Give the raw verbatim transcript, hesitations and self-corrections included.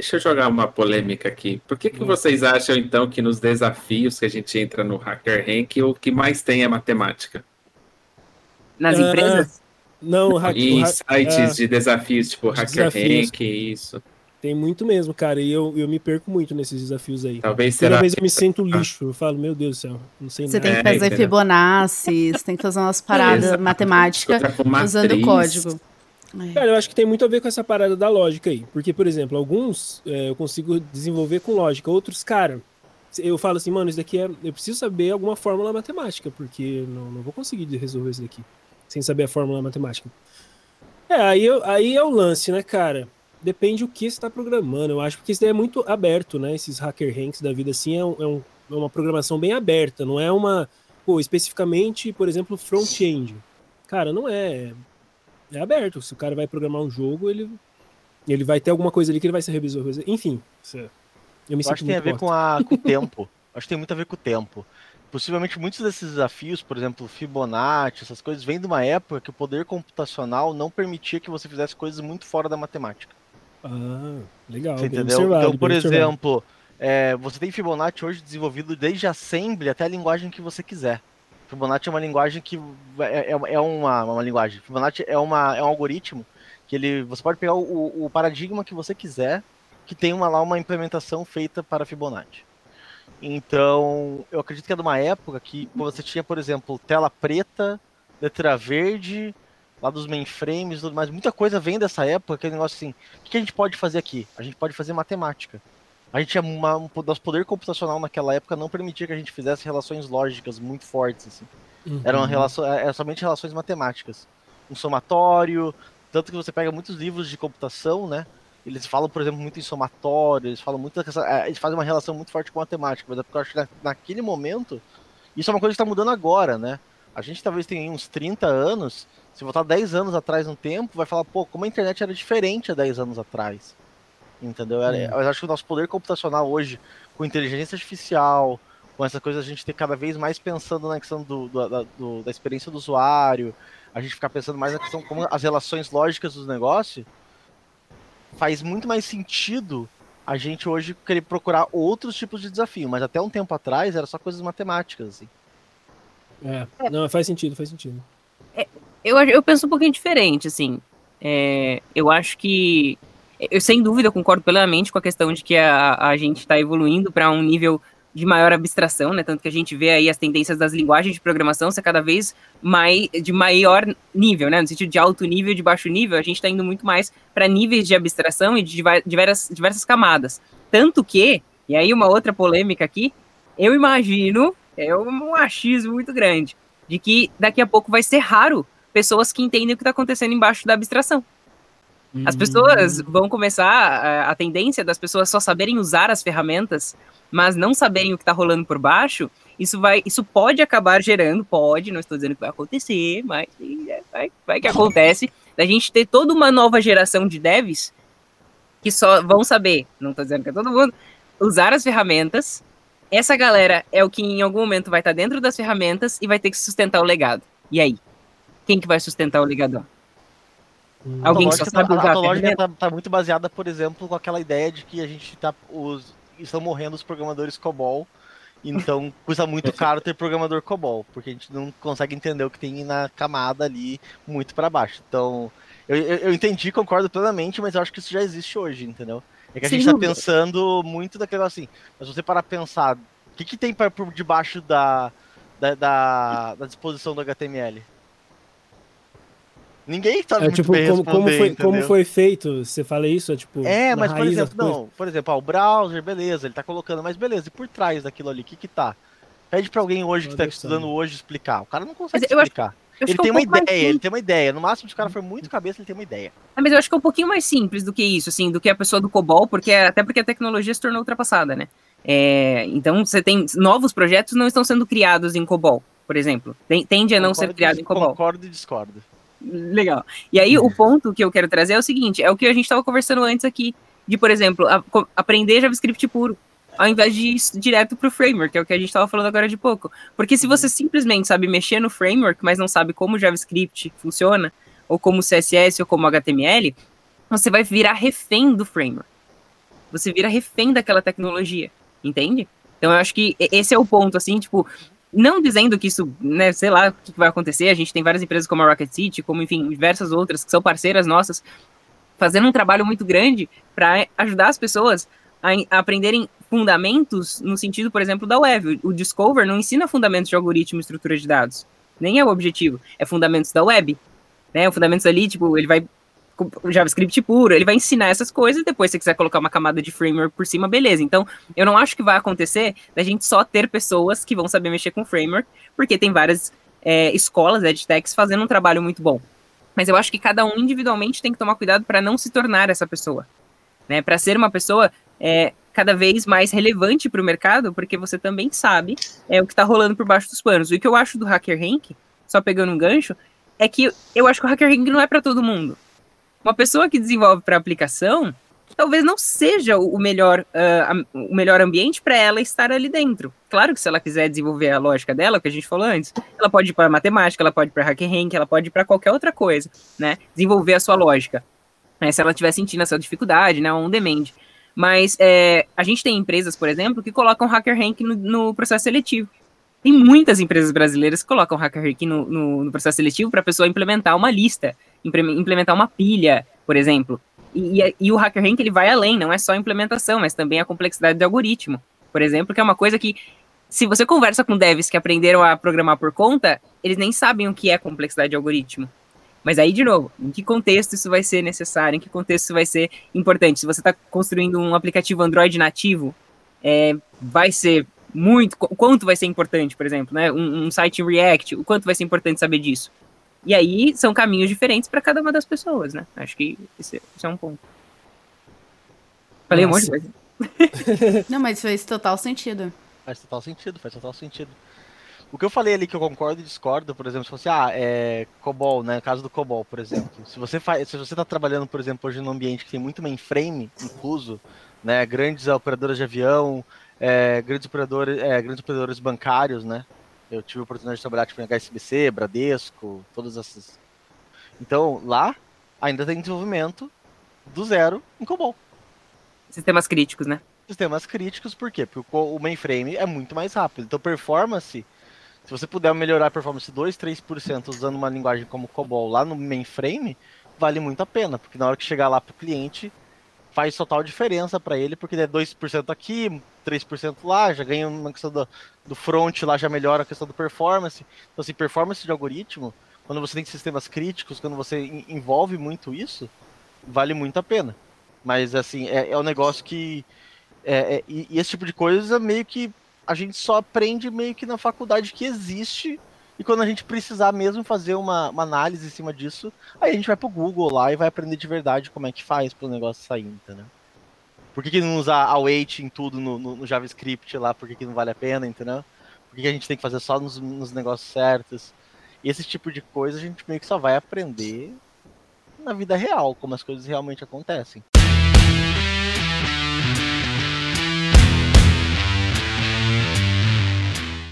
Deixa eu jogar uma polêmica aqui. Por que, que vocês acham, então, que nos desafios que a gente entra no Hacker Rank, o que mais tem é matemática? Nas Ah, empresas? Não, o hack, o Em hack- sites ah, de desafios, tipo de Hacker desafios. Rank, isso. Tem muito mesmo, cara. E eu, eu me perco muito nesses desafios aí. Talvez Toda será vez que- eu me sinto lixo. Eu falo, meu Deus do céu, não sei Você nada. tem que É, fazer entendeu? Fibonacci, você tem que fazer umas paradas Exato. matemáticas Outra com usando matriz. código. É. Cara, eu acho que tem muito a ver com essa parada da lógica aí. Porque, por exemplo, alguns é, eu consigo desenvolver com lógica. Outros, cara, eu falo assim, mano, isso daqui é. Eu preciso saber alguma fórmula matemática, porque não, não vou conseguir resolver isso daqui sem saber a fórmula matemática. É, aí, eu- aí é o lance, né, cara? Depende o que você está programando, eu acho, porque isso daí é muito aberto, né? Esses hacker ranks da vida, assim, é, um- é um- é uma programação bem aberta, não é uma, pô, especificamente, por exemplo, front-end. Cara, não é, é aberto. Se o cara vai programar um jogo, ele, ele vai ter alguma coisa ali que ele vai se resolver. Enfim, isso é- eu me Eu sinto acho que tem a muito ver bosta. com, a, com o tempo. Acho que tem muito a ver com o tempo. Possivelmente muitos desses desafios, por exemplo, Fibonacci, essas coisas, vêm de uma época que o poder computacional não permitia que você fizesse coisas muito fora da matemática. Ah, legal, Você bem entendeu? observado, Então, por bem observado. exemplo, é, você tem Fibonacci hoje desenvolvido desde Assembly até a linguagem que você quiser. Fibonacci é uma linguagem que é, é, é uma, uma linguagem. Fibonacci é, uma, é um algoritmo que ele, você pode pegar o, o paradigma que você quiser, que tem uma, lá uma implementação feita para Fibonacci. Então, eu acredito que é de uma época que você tinha, por exemplo, tela preta, letra verde, lá dos mainframes e tudo mais. Muita coisa vem dessa época, aquele negócio assim, o que a gente pode fazer aqui? A gente pode fazer matemática. A gente tinha uma, um, nosso poder computacional naquela época não permitia que a gente fizesse relações lógicas muito fortes, assim. Uhum. Eram relações, era somente relações matemáticas. Um somatório, tanto que você pega muitos livros de computação, né? Eles falam, por exemplo, muito em somatório, eles falam muito dessa, eles fazem uma relação muito forte com a matemática, mas é porque eu acho que na, naquele momento, isso é uma coisa que está mudando agora, né? A gente talvez tenha uns trinta anos, se voltar dez anos atrás no tempo, vai falar, pô, como a internet era diferente há dez anos atrás. Entendeu? Era, eu acho que o nosso poder computacional hoje, com inteligência artificial, com essa coisa a gente ter cada vez mais pensando na questão do, do, da, do, da experiência do usuário, a gente ficar pensando mais na questão como as relações lógicas dos negócios, faz muito mais sentido a gente hoje querer procurar outros tipos de desafio, mas até um tempo atrás era só coisas matemáticas, assim. É, não, faz sentido, faz sentido. Eu, eu penso um pouquinho diferente, assim. É, eu acho que... Eu, sem dúvida, concordo plenamente com a questão de que a, a gente está evoluindo para um nível de maior abstração, né? Tanto que a gente vê aí as tendências das linguagens de programação ser cada vez mais, de maior nível, né? No sentido de alto nível e de baixo nível, a gente está indo muito mais para níveis de abstração e de diversas, diversas camadas. Tanto que, e aí uma outra polêmica aqui, eu imagino, é um achismo muito grande, de que daqui a pouco vai ser raro pessoas que entendem o que está acontecendo embaixo da abstração. As pessoas vão começar, a, a tendência das pessoas só saberem usar as ferramentas, mas não saberem o que está rolando por baixo, isso, vai, isso pode acabar gerando, pode, não estou dizendo que vai acontecer, mas vai, vai que acontece, da gente ter toda uma nova geração de devs que só vão saber, não estou dizendo que é todo mundo, usar as ferramentas. Essa galera é o que em algum momento vai estar dentro das ferramentas e vai ter que sustentar o legado. E aí? Quem que vai sustentar o legado? Hum. Alguém a que só lógica, sabe tá, usar a a tua lógica ferramenta? tá, tá muito baseada, por exemplo, com aquela ideia de que a gente tá. Os, estão morrendo os programadores COBOL. Então custa muito caro ter programador COBOL, porque a gente não consegue entender o que tem na camada ali muito para baixo. Então, eu, eu, eu entendi, concordo plenamente, mas eu acho que isso já existe hoje, entendeu? É que a Sem gente tá dúvida. pensando muito daquele assim, mas se você parar pra pensar, o que, que tem pra, por debaixo da, da, da, da disposição do H T M L? Ninguém sabe É, muito tipo, bem como, responder, como, foi, entendeu? como foi feito, você fala isso, é tipo, É, na mas por raiz da exemplo, coisa. não, por exemplo, ó, o browser, beleza, ele tá colocando, mas beleza, e por trás daquilo ali, o que que tá? Pede pra alguém hoje que tá Olha estudando só. hoje explicar. O cara não consegue Mas eu acho- explicar. Eu acho Ele que é tem um uma pouco mais ideia, ele simples. tem uma ideia. No máximo, se o cara for muito cabeça, ele tem uma ideia. É, mas eu acho que é um pouquinho mais simples do que isso, assim, do que a pessoa do COBOL, porque até porque a tecnologia se tornou ultrapassada, né? É, então, você tem novos projetos não estão sendo criados em COBOL, por exemplo. Tem, tende a não ser Concordo criado e- em COBOL. Concordo e discordo. Legal. E aí, o ponto que eu quero trazer é o seguinte, é o que a gente estava conversando antes aqui, de, por exemplo, a- co- aprender JavaScript puro, ao invés de ir direto pro framework, que é o que a gente estava falando agora de pouco. Porque se você simplesmente sabe mexer no framework, mas não sabe como o JavaScript funciona, ou como C S S, ou como H T M L, você vai virar refém do framework. você vira refém daquela tecnologia, entende? Então eu acho que esse é o ponto, assim, tipo, não dizendo que isso, né, sei lá o que vai acontecer, a gente tem várias empresas como a Rocket City, como, enfim, diversas outras que são parceiras nossas, fazendo um trabalho muito grande para ajudar as pessoas a, a aprenderem fundamentos no sentido, por exemplo, da web. O Discover não ensina fundamentos de algoritmo e estrutura de dados. Nem é o objetivo. É fundamentos da web. Né? O fundamentos ali, tipo, ele vai... O JavaScript puro, ele vai ensinar essas coisas, depois se você quiser colocar uma camada de framework por cima, beleza. Então, eu não acho que vai acontecer da gente só ter pessoas que vão saber mexer com framework, porque tem várias é, escolas, edtechs, fazendo um trabalho muito bom. Mas eu acho que cada um individualmente tem que tomar cuidado para não se tornar essa pessoa. Né? Para ser uma pessoa é, cada vez mais relevante para o mercado, porque você também sabe é, o que está rolando por baixo dos panos. E o que eu acho do HackerRank, só pegando um gancho, é que eu acho que o HackerRank não é para todo mundo. Uma pessoa que desenvolve para aplicação, talvez não seja o melhor, uh, o melhor ambiente para ela estar ali dentro. Claro que se ela quiser desenvolver a lógica dela, o que a gente falou antes, ela pode ir para matemática, ela pode ir para HackerRank, ela pode ir para qualquer outra coisa, né? Desenvolver a sua lógica. É, se ela estiver sentindo essa dificuldade, né? On demand. Mas é, a gente tem empresas, por exemplo, que colocam HackerRank no, no processo seletivo. Tem muitas empresas brasileiras que colocam HackerRank no, no, no processo seletivo para a pessoa implementar uma lista, implementar uma pilha, por exemplo. E, e, e o HackerRank, ele vai além, não é só a implementação, mas também a complexidade do algoritmo, por exemplo, que é uma coisa que, se você conversa com devs que aprenderam a programar por conta, eles nem sabem o que é complexidade de algoritmo. Mas aí, de novo, em que contexto isso vai ser necessário, em que contexto isso vai ser importante? Se você está construindo um aplicativo Android nativo, é, vai ser muito... O quanto vai ser importante, por exemplo, né? Um, um site em React, o quanto vai ser importante saber disso? E aí, são caminhos diferentes para cada uma das pessoas, né? Acho que esse, esse é um ponto. Falei Nossa. um monte de coisa. Não, mas fez total sentido. Faz total sentido, faz total sentido. O que eu falei ali que eu concordo e discordo, por exemplo, se fosse, ah, é COBOL, né, caso do COBOL, por exemplo. Se você faz, se você está trabalhando, por exemplo, hoje num ambiente que tem muito mainframe incluso, né, grandes operadoras de avião, é, grandes operadores, é, grandes operadores bancários, né. Eu tive a oportunidade de trabalhar tipo, em H S B C, Bradesco, todas essas. Então, lá ainda tem desenvolvimento do zero em COBOL. Sistemas críticos, né? Sistemas críticos, por quê? Porque o mainframe é muito mais rápido. Então, performance, se você puder melhorar a performance dois, três por cento usando uma linguagem como COBOL lá no mainframe, vale muito a pena. Porque na hora que chegar lá para o cliente, faz total diferença para ele, porque é dois por cento aqui, três por cento lá, já ganha uma questão do, do front, lá já melhora a questão do performance. Então, assim, performance de algoritmo, quando você tem sistemas críticos, quando você envolve muito isso, vale muito a pena. Mas, assim, é, é um negócio que... É, é, e, e esse tipo de coisa meio que a gente só aprende meio que na faculdade que existe, e quando a gente precisar mesmo fazer uma, uma análise em cima disso, aí a gente vai pro Google lá e vai aprender de verdade como é que faz pro negócio sair, entendeu? Por que, que não usar await em tudo no, no, no JavaScript lá, por que, que não vale a pena, entendeu? Por que, que a gente tem que fazer só nos, nos negócios certos? E esse tipo de coisa a gente meio que só vai aprender na vida real, como as coisas realmente acontecem.